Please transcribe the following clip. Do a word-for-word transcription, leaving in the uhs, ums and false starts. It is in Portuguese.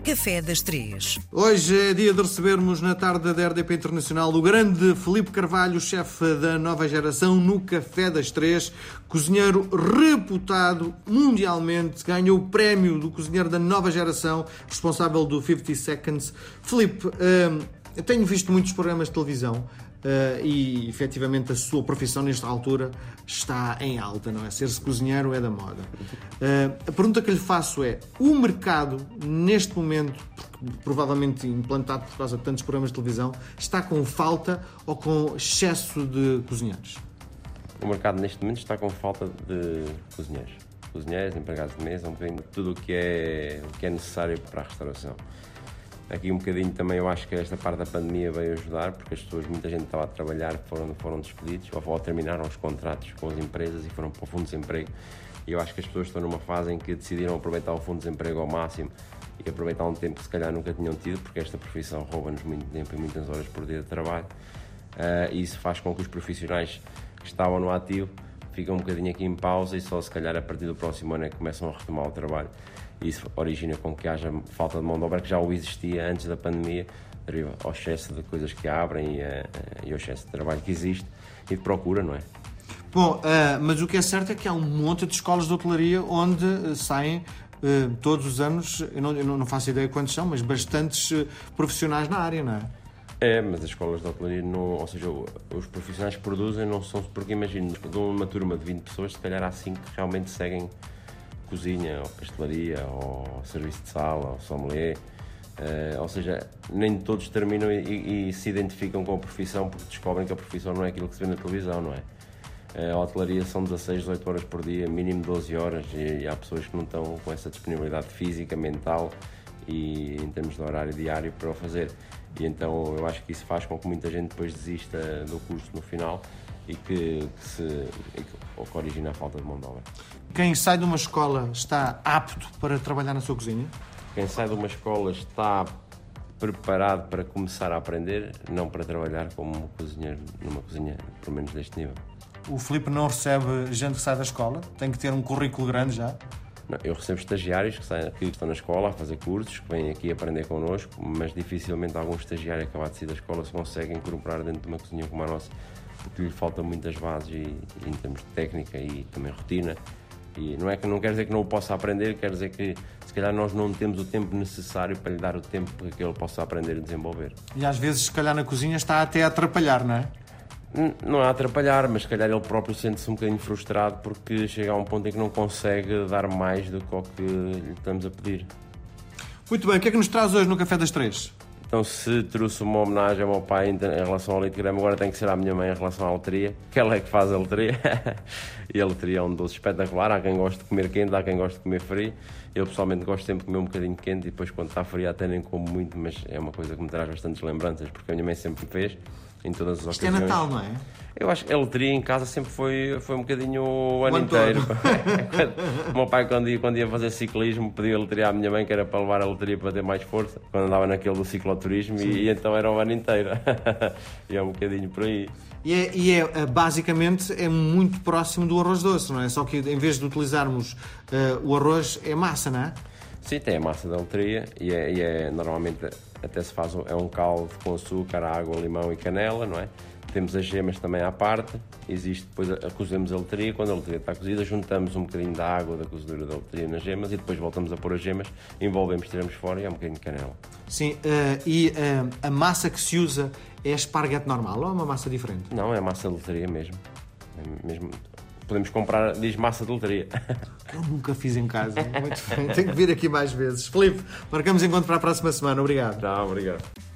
Café das Três. Hoje é dia de recebermos na tarde da R D P Internacional o grande Filipe Carvalho, chefe da nova geração no Café das Três, cozinheiro reputado mundialmente, ganhou o prémio do cozinheiro da nova geração, responsável do cinquenta Seconds. Filipe, hum, eu tenho visto muitos programas de televisão uh, e, efetivamente, a sua profissão nesta altura está em alta, não é? Ser-se cozinheiro é da moda. Uh, a pergunta que lhe faço é: o mercado, neste momento, provavelmente implantado por causa de tantos programas de televisão, está com falta ou com excesso de cozinheiros? O mercado, neste momento, está com falta de cozinheiros. Cozinheiros, empregados de mesa, um bocadinho de tudo o que é, o que é necessário para a restauração. Aqui um bocadinho também eu acho que esta parte da pandemia veio ajudar, porque as pessoas, muita gente estava a trabalhar, foram, foram despedidos, ou terminaram os contratos com as empresas e foram para o fundo de desemprego. E eu acho que as pessoas estão numa fase em que decidiram aproveitar o fundo de desemprego ao máximo e aproveitar um tempo que se calhar nunca tinham tido, porque esta profissão rouba-nos muito tempo e muitas horas por dia de trabalho. Uh, e isso faz com que os profissionais que estavam no ativo ficam um bocadinho aqui em pausa e só se calhar a partir do próximo ano é que começam a retomar o trabalho. Isso origina com que haja falta de mão de obra que já o existia antes da pandemia, devido ao excesso de coisas que abrem e, uh, e ao excesso de trabalho que existe e de procura, não é? Bom, uh, mas o que é certo é que há um monte de escolas de hotelaria onde uh, saem uh, todos os anos, eu não, eu não faço ideia quantos são, mas bastantes uh, profissionais na área, não é? É, mas as escolas de hotelaria, não, ou seja, os profissionais que produzem não são, porque imagino, de uma turma de vinte pessoas, se calhar há cinco que realmente seguem cozinha, ou pastelaria, ou serviço de sala, ou sommelier, uh, ou seja, nem todos terminam e, e, e se identificam com a profissão porque descobrem que a profissão não é aquilo que se vê na televisão, não é? A hotelaria são dezasseis, dezoito horas por dia, mínimo doze horas, e, e há pessoas que não estão com essa disponibilidade física, mental e em termos de horário diário para o fazer. E então eu acho que isso faz com que muita gente depois desista do curso no final e que, que, se, e que, ou que origina a falta de mão de obra. Quem sai de uma escola está apto para trabalhar na sua cozinha? Quem sai de uma escola está preparado para começar a aprender, não para trabalhar como cozinheiro numa cozinha, pelo menos deste nível. O Filipe não recebe gente que sai da escola? Tem que ter um currículo grande já? Não, eu recebo estagiários que, saem, que estão na escola a fazer cursos, que vêm aqui aprender connosco, mas dificilmente algum estagiário acabado de sair da escola se consegue incorporar dentro de uma cozinha como a nossa, porque lhe faltam muitas bases e, e em termos de técnica e também rotina. E não é que não quer dizer que não o possa aprender, quer dizer que se calhar nós não temos o tempo necessário para lhe dar o tempo para que ele possa aprender e desenvolver. E às vezes, se calhar na cozinha está até a atrapalhar, não é? Não é a atrapalhar, mas se calhar ele próprio sente-se um bocadinho frustrado porque chega a um ponto em que não consegue dar mais do que o que lhe estamos a pedir. Muito bem, o que é que nos traz hoje no Café das Três? Então, se trouxe uma homenagem ao meu pai em relação ao leite creme, agora tem que ser à minha mãe em relação à letria, que ela é que faz a letria. E a letria é um doce espetacular, há quem goste de comer quente, há quem goste de comer frio. Eu pessoalmente gosto sempre de comer um bocadinho quente e depois quando está frio até nem como muito, mas é uma coisa que me traz bastantes lembranças, porque a minha mãe sempre me fez, em todas as Isto ocasiões. É Natal, não é? Eu acho que a letria em casa sempre foi, foi um bocadinho o ano inteiro. O meu pai, quando ia, quando ia fazer ciclismo, pediu a letria à minha mãe, que era para levar a letria para ter mais força, quando andava naquele do cicloturismo, e, e então era o ano inteiro. E é um bocadinho por aí. E, é, e é, basicamente, é muito próximo do arroz doce, não é? Só que em vez de utilizarmos uh, o arroz, é massa, não é? Sim, tem a massa da letria e é, e é normalmente até se faz um, é um caldo com açúcar, água, limão e canela, não é? Temos as gemas também à parte, existe depois a, a cozemos a letria, quando a letria está cozida juntamos um bocadinho da água da cozedura da letria nas gemas e depois voltamos a pôr as gemas, envolvemos, tiramos fora e é um bocadinho de canela. Sim, uh, e uh, a massa que se usa é esparguete normal ou é uma massa diferente? Não, é massa de letria mesmo. É mesmo. Podemos comprar, diz massa de letria. Eu nunca fiz em casa, muito bem, tenho que vir aqui mais vezes. Filipe, marcamos encontro para a próxima semana, obrigado. Tá, obrigado.